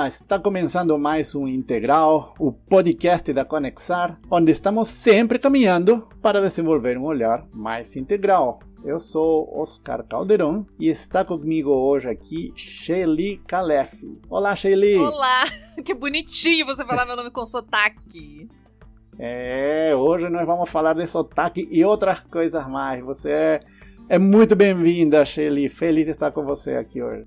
Olá, está começando mais um Integral, o podcast da Conexar, onde estamos sempre caminhando para desenvolver um olhar mais integral. Eu sou Oscar Calderon e está comigo hoje aqui Shelly Calef. Olá, Shelly! Olá! Que bonitinho você falar meu nome com sotaque. Hoje nós vamos falar de sotaque e outras coisas mais. Você é muito bem-vinda, Shelly. Feliz de estar com você aqui hoje.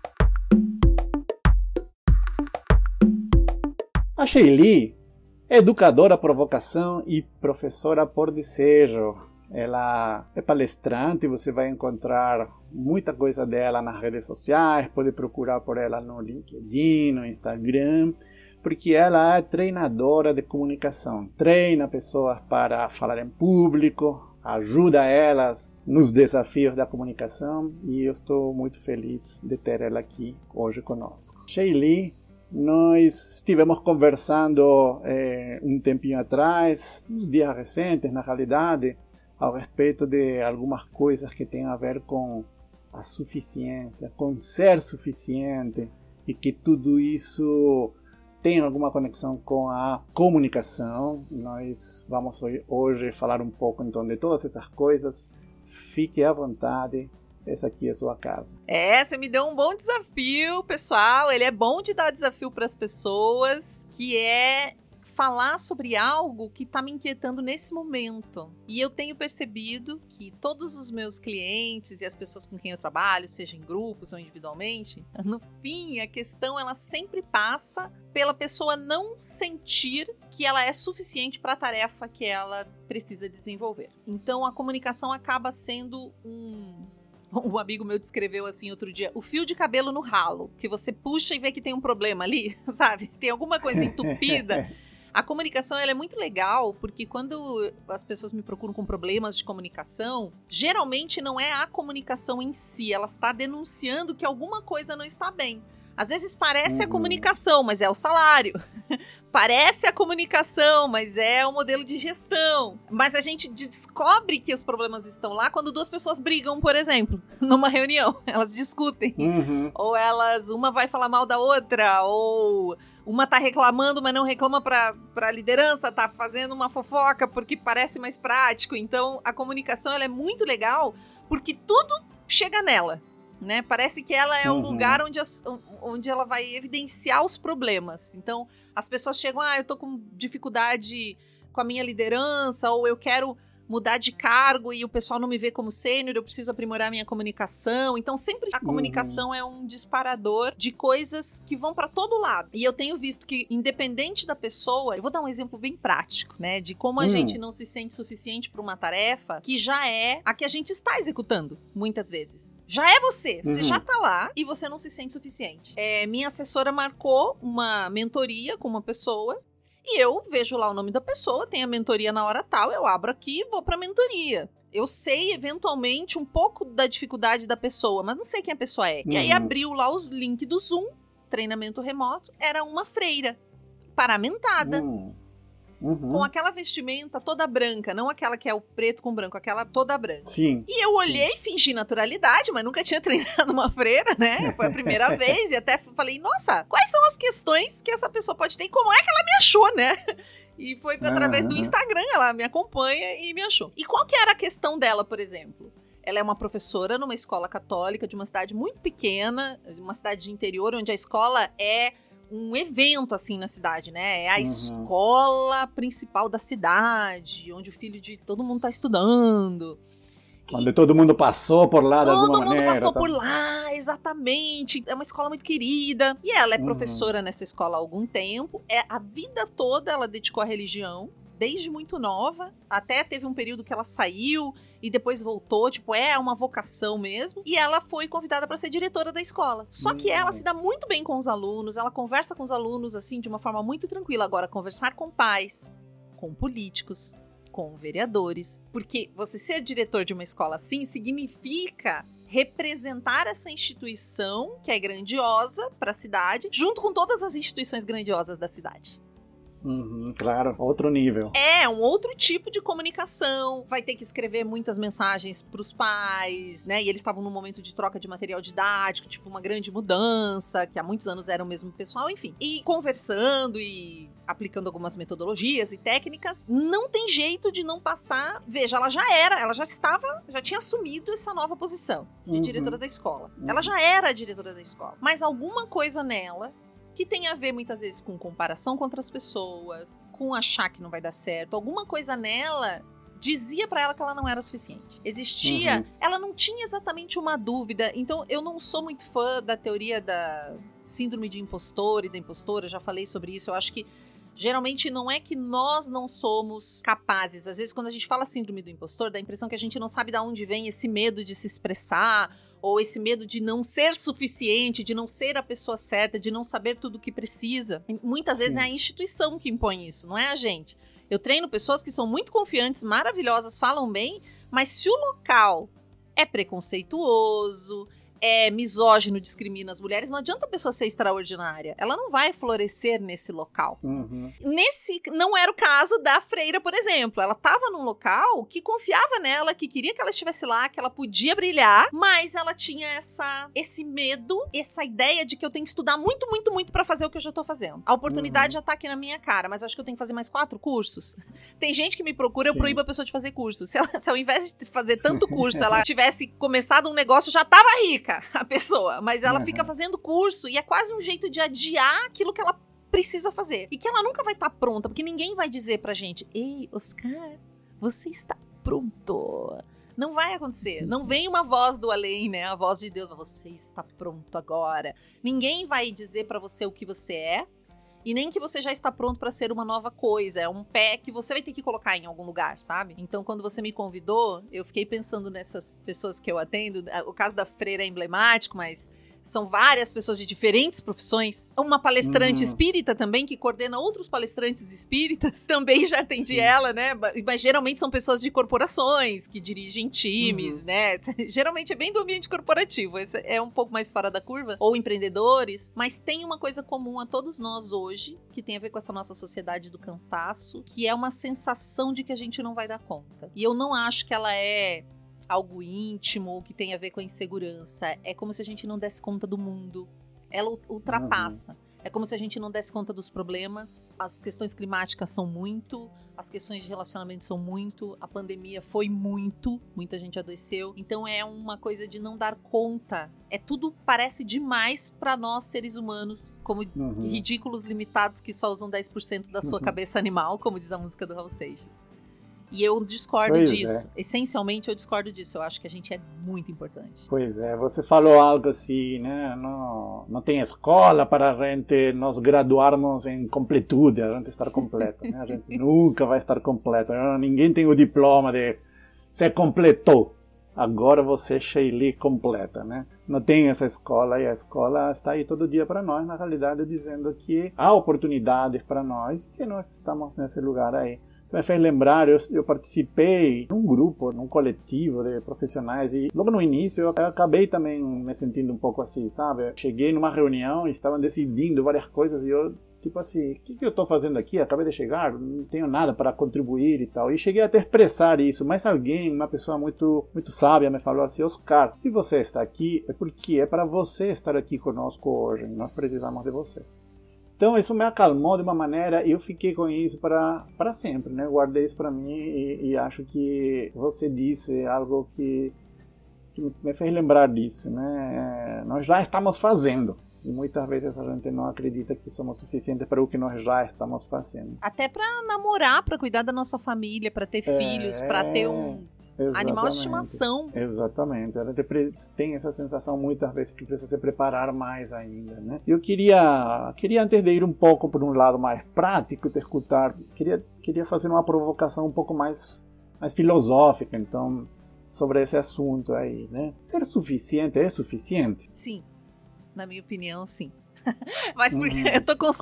A Shelly é educadora por vocação e professora por desejo. Ela é palestrante, você vai encontrar muita coisa dela nas redes sociais, pode procurar por ela no LinkedIn, no Instagram, porque ela é treinadora de comunicação, treina pessoas para falar em público, ajuda elas nos desafios da comunicação e eu estou muito feliz de ter ela aqui hoje conosco. Shelly, nós estivemos conversando um tempinho atrás, uns dias recentes na realidade, a respeito de algumas coisas que têm a ver com a suficiência, com ser suficiente e que tudo isso tem alguma conexão com a comunicação. Nós vamos hoje falar um pouco então de todas essas coisas. Fique à vontade. Essa aqui é a sua casa. Você me deu um bom desafio, pessoal. Ele é bom de dar desafio para as pessoas, que é falar sobre algo que está me inquietando nesse momento. E eu tenho percebido que todos os meus clientes e as pessoas com quem eu trabalho, seja em grupos ou individualmente, no fim, a questão ela sempre passa pela pessoa não sentir que ela é suficiente para a tarefa que ela precisa desenvolver. Então, a comunicação acaba sendo um amigo meu descreveu assim outro dia, o fio de cabelo no ralo, que você puxa e vê que tem um problema ali, sabe? Tem alguma coisa entupida. A comunicação ela é muito legal, porque quando as pessoas me procuram com problemas de comunicação, geralmente não é a comunicação em si, ela está denunciando que alguma coisa não está bem. Às vezes parece a comunicação, mas é o salário. Parece a comunicação, mas é o modelo de gestão. Mas a gente descobre que os problemas estão lá quando duas pessoas brigam, por exemplo, numa reunião. Elas discutem. Ou uma vai falar mal da outra, ou uma tá reclamando, mas não reclama pra liderança, tá fazendo uma fofoca porque parece mais prático. Então, a comunicação ela é muito legal porque tudo chega nela. Né? Parece que ela é o lugar onde ela vai evidenciar os problemas. Então, as pessoas chegam, eu tô com dificuldade com a minha liderança, ou eu quero mudar de cargo e o pessoal não me vê como sênior, eu preciso aprimorar minha comunicação. Então, sempre a comunicação é um disparador de coisas que vão para todo lado. E eu tenho visto que, independente da pessoa, eu vou dar um exemplo bem prático, né? De como a gente não se sente suficiente para uma tarefa que já é a que a gente está executando, muitas vezes. Já é você já tá lá e você não se sente suficiente. Minha assessora marcou uma mentoria com uma pessoa e eu vejo lá o nome da pessoa, tem a mentoria na hora tal, eu abro aqui e vou pra mentoria. Eu sei, eventualmente, um pouco da dificuldade da pessoa, mas não sei quem a pessoa é. E aí abriu lá os links do Zoom, treinamento remoto, era uma freira, paramentada. Com aquela vestimenta toda branca, não aquela que é o preto com branco, aquela toda branca. Sim. E eu olhei, fingi naturalidade, mas nunca tinha treinado uma freira, né? Foi a primeira vez e até falei, nossa, quais são as questões que essa pessoa pode ter e como é que ela me achou, né? E foi através do Instagram, ela me acompanha e me achou. E qual que era a questão dela, por exemplo? Ela é uma professora numa escola católica de uma cidade muito pequena, uma cidade de interior, onde a escola é um evento, assim, na cidade, né? É a escola principal da cidade, onde o filho de todo mundo tá estudando. Onde todo mundo passou por lá de alguma maneira. Todo mundo passou por lá, exatamente. É uma escola muito querida. E ela é professora nessa escola há algum tempo. A vida toda ela dedicou à religião, desde muito nova. Até teve um período que ela saiu e depois voltou, é uma vocação mesmo. E ela foi convidada para ser diretora da escola. Só que ela se dá muito bem com os alunos, ela conversa com os alunos, assim, de uma forma muito tranquila. Agora, conversar com pais, com políticos, com vereadores. Porque você ser diretor de uma escola assim significa representar essa instituição, que é grandiosa para a cidade, junto com todas as instituições grandiosas da cidade. Claro, outro nível. É um outro tipo de comunicação. Vai ter que escrever muitas mensagens para os pais, né? E eles estavam num momento de troca de material didático, tipo uma grande mudança, que há muitos anos era o mesmo pessoal, enfim. E conversando e aplicando algumas metodologias e técnicas, não tem jeito de não passar. Veja, ela já tinha assumido essa nova posição de diretora da escola. Ela já era a diretora da escola. Mas alguma coisa nela que tem a ver muitas vezes com comparação com outras pessoas, com achar que não vai dar certo, alguma coisa nela dizia pra ela que ela não era o suficiente. Existia, ela não tinha exatamente uma dúvida, então eu não sou muito fã da teoria da síndrome de impostor e da impostora, já falei sobre isso, eu acho que geralmente não é que nós não somos capazes, às vezes quando a gente fala síndrome do impostor, dá a impressão que a gente não sabe de onde vem esse medo de se expressar, ou esse medo de não ser suficiente, de não ser a pessoa certa, de não saber tudo o que precisa. Muitas vezes é a instituição que impõe isso, não é a gente. Eu treino pessoas que são muito confiantes, maravilhosas, falam bem, mas se o local é preconceituoso, é misógino, discrimina as mulheres, não adianta a pessoa ser extraordinária. Ela não vai florescer nesse local. Nesse não era o caso da freira, por exemplo. Ela estava num local que confiava nela, que queria que ela estivesse lá, que ela podia brilhar, mas ela tinha esse medo, essa ideia de que eu tenho que estudar muito, muito, muito pra fazer o que eu já tô fazendo. A oportunidade já tá aqui na minha cara, mas eu acho que eu tenho que fazer mais 4 cursos. Tem gente que me procura, eu proíbo a pessoa de fazer curso. Se ao invés de fazer tanto curso, ela tivesse começado um negócio, já tava rica a pessoa, mas ela fica fazendo curso e é quase um jeito de adiar aquilo que ela precisa fazer. E que ela nunca vai estar pronta, porque ninguém vai dizer pra gente: ei, Oscar, você está pronto. Não vai acontecer. Não vem uma voz do além, né? A voz de Deus, você está pronto agora. Ninguém vai dizer pra você o que você é, e nem que você já está pronto para ser uma nova coisa. É um pé que você vai ter que colocar em algum lugar, sabe? Então, quando você me convidou, eu fiquei pensando nessas pessoas que eu atendo. O caso da freira é emblemático, mas são várias pessoas de diferentes profissões. Uma palestrante espírita também, que coordena outros palestrantes espíritas. Também já atendi ela, né? Mas geralmente são pessoas de corporações, que dirigem times, né? Geralmente é bem do ambiente corporativo. Esse é um pouco mais fora da curva. Ou empreendedores. Mas tem uma coisa comum a todos nós hoje, que tem a ver com essa nossa sociedade do cansaço, que é uma sensação de que a gente não vai dar conta. E eu não acho que ela é algo íntimo, que tem a ver com a insegurança. É como se a gente não desse conta do mundo. Ela ultrapassa. É como se a gente não desse conta dos problemas. As questões climáticas são muito, as questões de relacionamento são muito, a pandemia foi muito, muita gente adoeceu. Então é uma coisa de não dar conta. É tudo parece demais para nós seres humanos, como ridículos limitados que só usam 10% da sua cabeça animal, como diz a música do Raul Seixas. E eu discordo disso. Essencialmente, eu discordo disso. Eu acho que a gente é muito importante. Pois é, você falou algo assim, né? Não tem escola para a gente nos graduarmos em completude, a gente estar completo, né? A gente nunca vai estar completo. Ninguém tem o diploma de você completou. Agora você, Sheili, completa, né? Não tem essa escola, e a escola está aí todo dia para nós, na realidade, dizendo que há oportunidades para nós e que nós estamos nesse lugar aí. Me fez lembrar, eu participei num grupo, num coletivo de profissionais e logo no início eu acabei também me sentindo um pouco assim, sabe? Eu cheguei numa reunião e estavam decidindo várias coisas e eu, tipo assim, o que eu estou fazendo aqui? Acabei de chegar, não tenho nada para contribuir e tal. E cheguei até a expressar isso, mas alguém, uma pessoa muito, muito sábia me falou assim: Oscar, se você está aqui é porque é para você estar aqui conosco hoje, nós precisamos de você. Então isso me acalmou de uma maneira e eu fiquei com isso para sempre, né? Guardei isso para mim e acho que você disse algo que me fez lembrar disso, né? Nós já estamos fazendo e muitas vezes a gente não acredita que somos suficientes para o que nós já estamos fazendo. Até para namorar, para cuidar da nossa família, para ter filhos, para ter um animal de estimação. Exatamente. A gente tem essa sensação muitas vezes que precisa se preparar mais ainda, né? Eu queria antes de ir um pouco por um lado mais prático, te escutar, queria fazer uma provocação um pouco mais filosófica, então, sobre esse assunto aí, né? Ser suficiente é suficiente? Sim. Na minha opinião, sim. Mas porque eu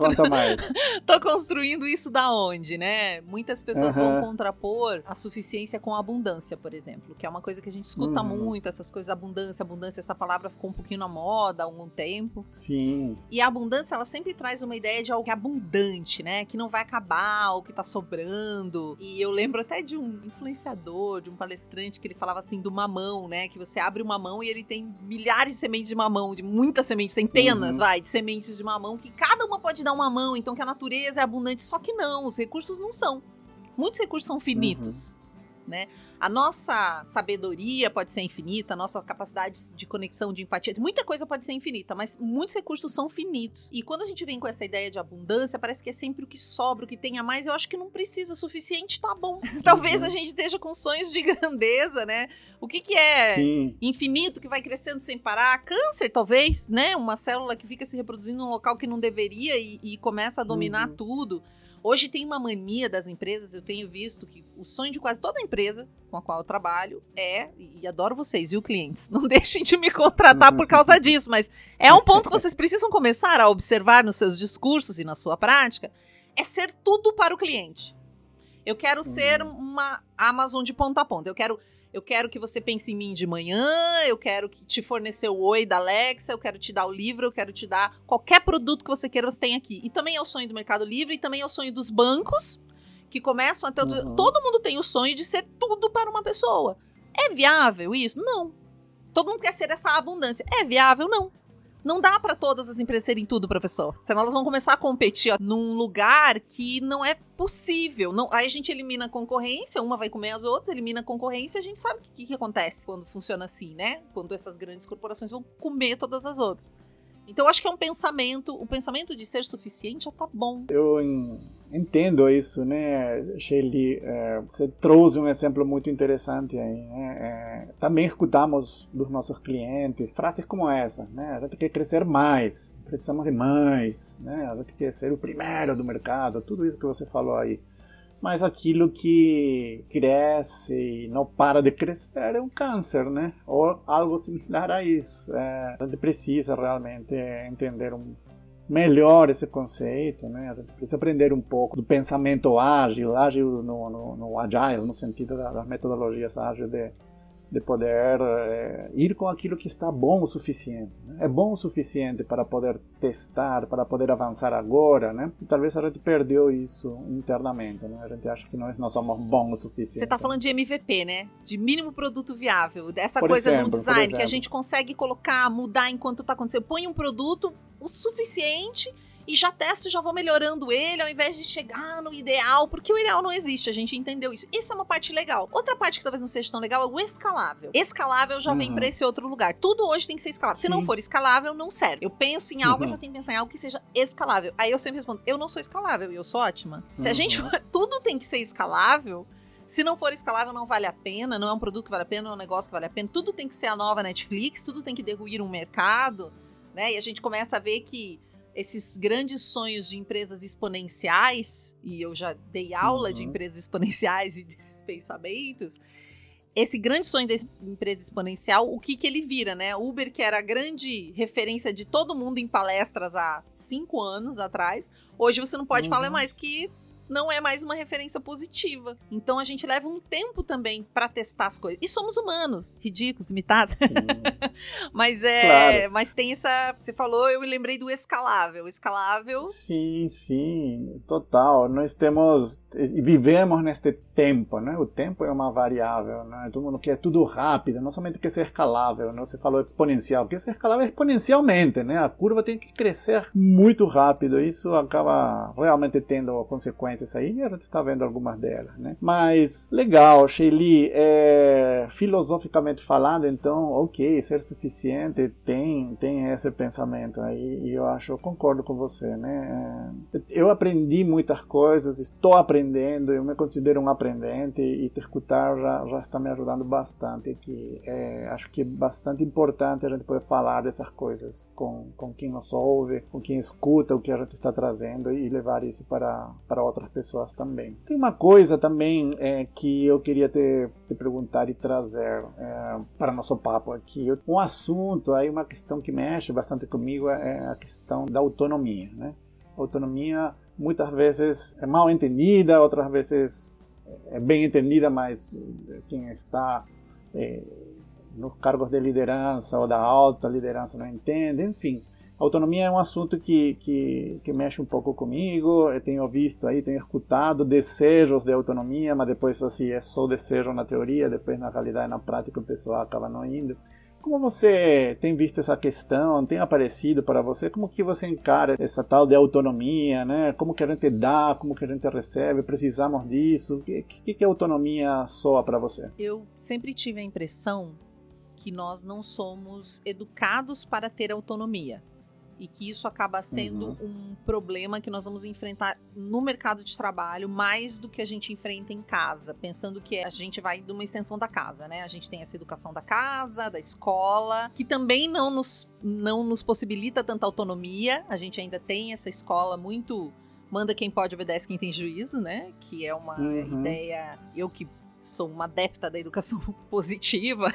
tô construindo isso da onde, né? Muitas pessoas vão contrapor a suficiência com a abundância, por exemplo, que é uma coisa que a gente escuta muito, essas coisas, abundância, essa palavra ficou um pouquinho na moda há algum tempo. Sim. E a abundância, ela sempre traz uma ideia de algo que é abundante, né? Que não vai acabar, ou que tá sobrando. E eu lembro até de um influenciador, de um palestrante, que ele falava assim do mamão, né? Que você abre uma mamão e ele tem milhares de sementes de mamão, de muitas sementes, centenas, de sementes de mamão, que cada uma pode dar uma mão, então que a natureza é abundante, só que não, os recursos não são. Muitos recursos são finitos, né? A nossa sabedoria pode ser infinita, a nossa capacidade de conexão, de empatia, muita coisa pode ser infinita, mas muitos recursos são finitos. E quando a gente vem com essa ideia de abundância, parece que é sempre o que sobra, o que tem a mais. Eu acho que não precisa, suficiente tá bom. Talvez a gente esteja com sonhos de grandeza, né? O que é infinito, que vai crescendo sem parar? Câncer, talvez, né? Uma célula que fica se reproduzindo num local que não deveria e começa a dominar tudo. Hoje tem uma mania das empresas, eu tenho visto que o sonho de quase toda empresa com a qual eu trabalho e adoro vocês, viu, clientes? Não deixem de me contratar por causa disso, mas é um ponto que vocês precisam começar a observar nos seus discursos e na sua prática, é ser tudo para o cliente. Eu quero ser uma Amazon de ponta a ponta, eu quero que você pense em mim de manhã, eu quero que te fornecer o Oi da Alexa, eu quero te dar o livro, eu quero te dar qualquer produto que você queira, você tem aqui. E também é o sonho do Mercado Livre, e também é o sonho dos bancos, que começam até... Todo mundo tem o sonho de ser tudo para uma pessoa. É viável isso? Não. Todo mundo quer ser essa abundância. É viável? Não. Não dá para todas as empresas serem tudo para a pessoa. Senão elas vão começar a competir num lugar que não é possível. Não, aí a gente elimina a concorrência, uma vai comer as outras, elimina a concorrência, a gente sabe o que acontece quando funciona assim, né? Quando essas grandes corporações vão comer todas as outras. Então eu acho que é um pensamento, o pensamento de ser suficiente já tá bom. Eu entendo isso, né, Shelly? Você trouxe um exemplo muito interessante aí, né? Também escutamos dos nossos clientes frases como essa, né? A gente quer crescer mais, precisamos de mais, né? A gente quer ser o primeiro do mercado, tudo isso que você falou aí. Mas aquilo que cresce e não para de crescer é um câncer, né? Ou algo similar a isso. A gente precisa realmente entender melhor esse conceito, né? A gente precisa aprender um pouco do pensamento ágil no agile, no sentido das metodologias ágeis de poder ir com aquilo que está bom o suficiente, né? É bom o suficiente para poder testar, para poder avançar agora, né? E talvez a gente perdeu isso internamente, né? A gente acha que nós não somos bons o suficiente. Você está falando de MVP, né? De mínimo produto viável, dessa coisa do design que a gente consegue colocar, mudar enquanto está acontecendo. Põe um produto o suficiente e já testo e já vou melhorando ele, ao invés de chegar no ideal, porque o ideal não existe, a gente entendeu isso. Essa é uma parte legal. Outra parte que talvez não seja tão legal é o escalável. Escalável já vem pra esse outro lugar. Tudo hoje tem que ser escalável. Se não for escalável, não serve. Eu penso em algo, eu já tenho que pensar em algo que seja escalável. Aí eu sempre respondo, eu não sou escalável, e eu sou ótima. Se a gente... Tudo tem que ser escalável. Se não for escalável, não vale a pena, não é um produto que vale a pena, não é um negócio que vale a pena. Tudo tem que ser a nova Netflix, tudo tem que derruir um mercado, né? E a gente começa a ver que esses grandes sonhos de empresas exponenciais, e eu já dei aula de empresas exponenciais e desses pensamentos, esse grande sonho da empresa exponencial, o que ele vira, né? Uber, que era a grande referência de todo mundo em palestras há 5 anos atrás, hoje você não pode falar mais que não é mais uma referência positiva. Então a gente leva um tempo também para testar as coisas. E somos humanos, ridículos, limitados. Mas claro. Mas tem essa... Você falou, eu me lembrei do escalável. Escalável... Sim, total. Nós vivemos neste tempo, né? O tempo é uma variável, né? Todo mundo quer tudo rápido, não somente quer ser escalável, né? Você falou exponencial, quer ser escalável exponencialmente, né? A curva tem que crescer muito rápido, isso acaba realmente tendo consequências aí, e a gente está vendo algumas delas, né? Mas, legal, Shelly, filosoficamente falando, então, ok, ser suficiente tem esse pensamento aí, e eu concordo com você, né? Eu aprendi muitas coisas, estou aprendendo, eu me considero um aprendente, e te escutar já está me ajudando bastante aqui. Acho que é bastante importante a gente poder falar dessas coisas com quem nos ouve, com quem escuta o que a gente está trazendo, e levar isso para outras outras pessoas também. Tem uma coisa também que eu queria te perguntar e trazer para nosso papo aqui. Um assunto, aí uma questão que mexe bastante comigo é a questão da autonomia, né? A autonomia muitas vezes é mal entendida, outras vezes é bem entendida, mas quem está nos cargos de liderança ou da alta liderança não entende, enfim. Autonomia é um assunto que mexe um pouco comigo. Eu tenho visto aí, tenho escutado desejos de autonomia, mas depois assim é só desejo na teoria, depois na realidade, na prática, o pessoal acaba não indo. Como você tem visto essa questão? Tem aparecido para você? Como que você encara essa tal de autonomia, né? Como que a gente dá, como que a gente recebe? Precisamos disso? O que a autonomia soa para você? Eu sempre tive a impressão que nós não somos educados para ter autonomia. E que isso acaba sendo um problema que nós vamos enfrentar no mercado de trabalho mais do que a gente enfrenta em casa, pensando que a gente vai de uma extensão da casa, né? A gente tem essa educação da casa, da escola, que também não nos possibilita tanta autonomia. A gente ainda tem essa escola muito manda quem pode, obedece quem tem juízo, né? Que é uma ideia, eu que sou uma adepta da educação positiva,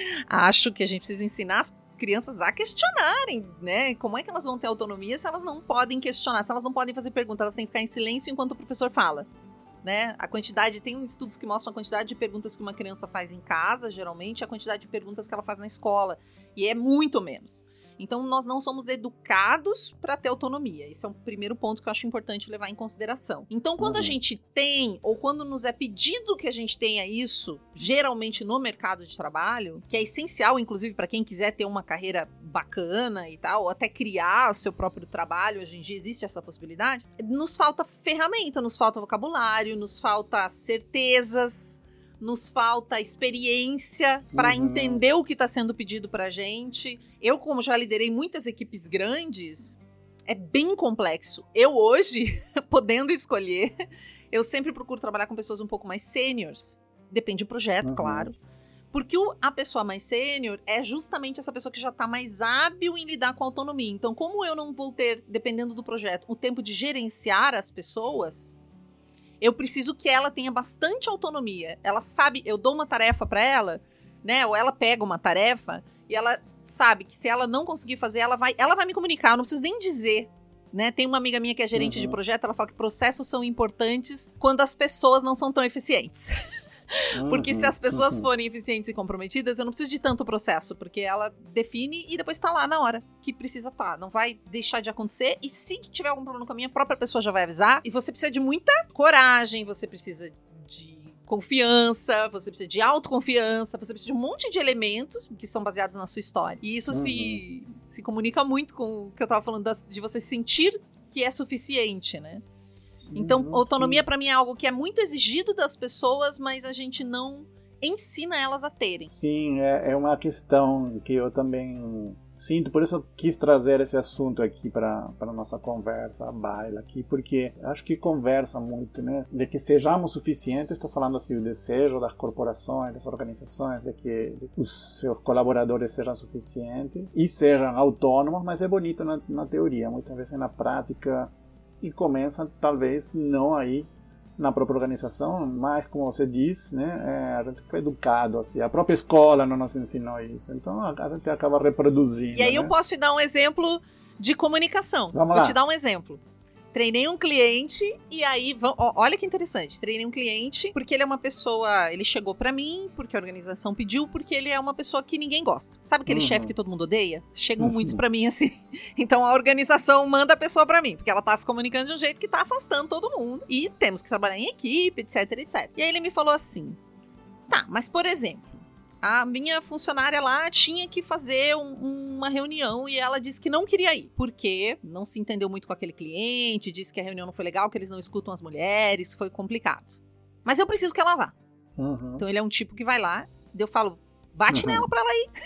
acho que a gente precisa ensinar as crianças a questionarem, né? Como é que elas vão ter autonomia se elas não podem questionar, se elas não podem fazer perguntas, elas têm que ficar em silêncio enquanto o professor fala, né? Tem estudos que mostram a quantidade de perguntas que uma criança faz em casa, geralmente, e a quantidade de perguntas que ela faz na escola, e é muito menos. Então, nós não somos educados para ter autonomia. Esse é o primeiro ponto que eu acho importante levar em consideração. Então, quando a gente tem, ou quando nos é pedido que a gente tenha isso, geralmente no mercado de trabalho, que é essencial, inclusive, para quem quiser ter uma carreira bacana e tal, ou até criar o seu próprio trabalho, hoje em dia existe essa possibilidade, nos falta ferramenta, nos falta vocabulário, nos falta certezas, nos falta experiência para entender o que está sendo pedido para a gente. Eu, como já liderei muitas equipes grandes, é bem complexo. Eu hoje, podendo escolher, eu sempre procuro trabalhar com pessoas um pouco mais sêniores. Depende do projeto, claro. Porque a pessoa mais sênior é justamente essa pessoa que já está mais hábil em lidar com a autonomia. Então, como eu não vou ter, dependendo do projeto, o tempo de gerenciar as pessoas, eu preciso que ela tenha bastante autonomia. Ela sabe, eu dou uma tarefa para ela, né? Ou ela pega uma tarefa e ela sabe que se ela não conseguir fazer, ela vai me comunicar. Eu não preciso nem dizer, né? Tem uma amiga minha que é gerente de projeto, ela fala que processos são importantes quando as pessoas não são tão eficientes. Porque se as pessoas forem eficientes e comprometidas, eu não preciso de tanto processo, porque ela define e depois tá lá na hora que precisa tá. Não vai deixar de acontecer, e se tiver algum problema com a minha própria pessoa já vai avisar. E você precisa de muita coragem, você precisa de confiança, você precisa de autoconfiança, você precisa de um monte de elementos que são baseados na sua história. E isso se comunica muito com o que eu tava falando, de você sentir que é suficiente, né? Então, autonomia para mim é algo que é muito exigido das pessoas, mas a gente não ensina elas a terem. Sim, é uma questão que eu também sinto, por isso eu quis trazer esse assunto aqui para a nossa conversa, a baila aqui, porque acho que conversa muito, né? De que sejamos suficientes, estou falando assim, o desejo das corporações, das organizações, de que os seus colaboradores sejam suficientes e sejam autônomos, mas é bonito na teoria, muitas vezes na prática. E começa, talvez, não aí na própria organização, mas, como você diz, né, a gente foi educado, assim, a própria escola não nos ensinou isso. Então, a gente acaba reproduzindo. E aí, né? Eu posso te dar um exemplo de comunicação. Vamos lá. Vou te dar um exemplo. Treinei um cliente e aí, olha que interessante, treinei um cliente porque ele é uma pessoa, ele chegou pra mim, porque a organização pediu, porque ele é uma pessoa que ninguém gosta. Sabe aquele chefe que todo mundo odeia? Chegam muitos pra mim assim. Então a organização manda a pessoa pra mim, porque ela tá se comunicando de um jeito que tá afastando todo mundo. E temos que trabalhar em equipe, etc, etc. E aí ele me falou assim, tá, mas por exemplo, a minha funcionária lá tinha que fazer uma reunião e ela disse que não queria ir, porque não se entendeu muito com aquele cliente, disse que a reunião não foi legal, que eles não escutam as mulheres, foi complicado. Mas eu preciso que ela vá. Então ele é um tipo que vai lá, eu falo, bate nela pra ela ir.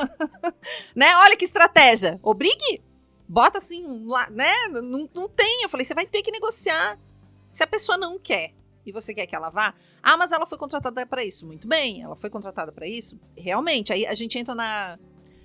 Né? Olha que estratégia. Obrigue. Bota assim, lá, né? Não tem. Eu falei, você vai ter que negociar. Se a pessoa não quer e você quer que ela vá, mas ela foi contratada para isso. Muito bem, ela foi contratada para isso. Realmente, aí a gente entra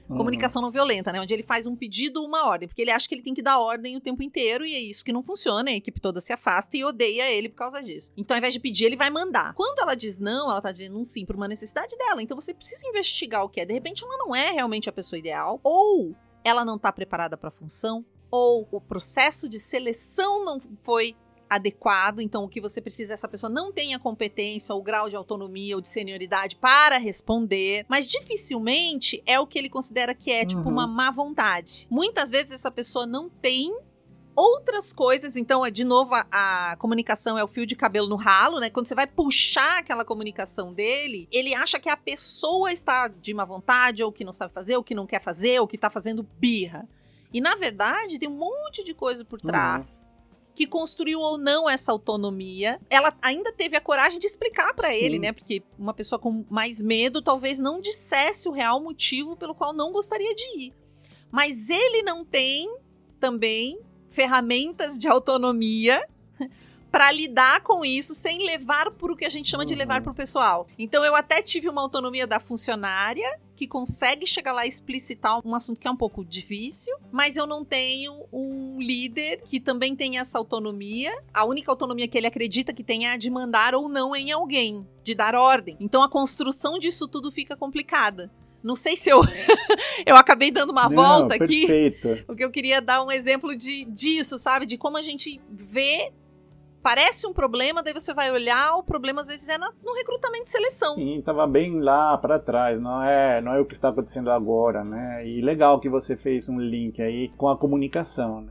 Comunicação não violenta, né? Onde ele faz um pedido, uma ordem. Porque ele acha que ele tem que dar ordem o tempo inteiro e é isso que não funciona. A equipe toda se afasta e odeia ele por causa disso. Então, ao invés de pedir, ele vai mandar. Quando ela diz não, ela tá dizendo um sim por uma necessidade dela. Então, você precisa investigar o que é. De repente, ela não é realmente a pessoa ideal. Ou ela não tá preparada para a função. Ou o processo de seleção não foi adequado, então o que você precisa, essa pessoa não tem a competência ou grau de autonomia ou de senioridade para responder, mas dificilmente é o que ele considera que é tipo uma má vontade. Muitas vezes essa pessoa não tem outras coisas, então de novo a comunicação é o fio de cabelo no ralo, né? Quando você vai puxar aquela comunicação dele, ele acha que a pessoa está de má vontade, ou que não sabe fazer, ou que não quer fazer, ou que está fazendo birra. E na verdade tem um monte de coisa por trás que construiu ou não essa autonomia. Ela ainda teve a coragem de explicar pra ele, né? Porque uma pessoa com mais medo talvez não dissesse o real motivo pelo qual não gostaria de ir. Mas ele não tem também ferramentas de autonomia para lidar com isso sem levar por o que a gente chama de levar pro pessoal. Então eu até tive uma autonomia da funcionária que consegue chegar lá e explicitar um assunto que é um pouco difícil, mas eu não tenho um líder que também tem essa autonomia. A única autonomia que ele acredita que tem é a de mandar ou não em alguém, de dar ordem. Então a construção disso tudo fica complicada. Não sei se eu acabei dando uma volta aqui. Perfeito. Porque eu queria dar um exemplo disso, sabe? De como a gente vê. Parece um problema, daí você vai olhar, o problema às vezes é no recrutamento e seleção. Sim, estava bem lá para trás, não é o que está acontecendo agora, né? E legal que você fez um link aí com a comunicação, né?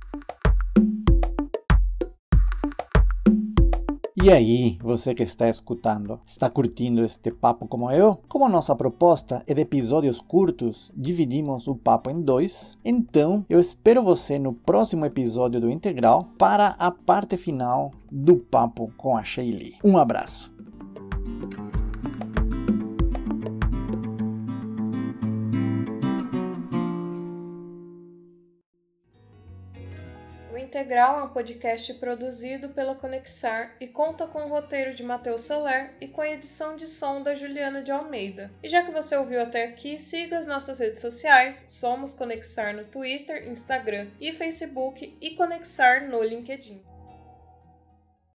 E aí, você que está escutando, está curtindo este papo como eu? Como nossa proposta é de episódios curtos, dividimos o papo em 2. Então, eu espero você no próximo episódio do Integral para a parte final do papo com a Sheili. Um abraço. Integral é um podcast produzido pela Conexar e conta com o roteiro de Matheus Soler e com a edição de som da Juliana de Almeida. E já que você ouviu até aqui, siga as nossas redes sociais, somos Conexar no Twitter, Instagram e Facebook e Conexar no LinkedIn.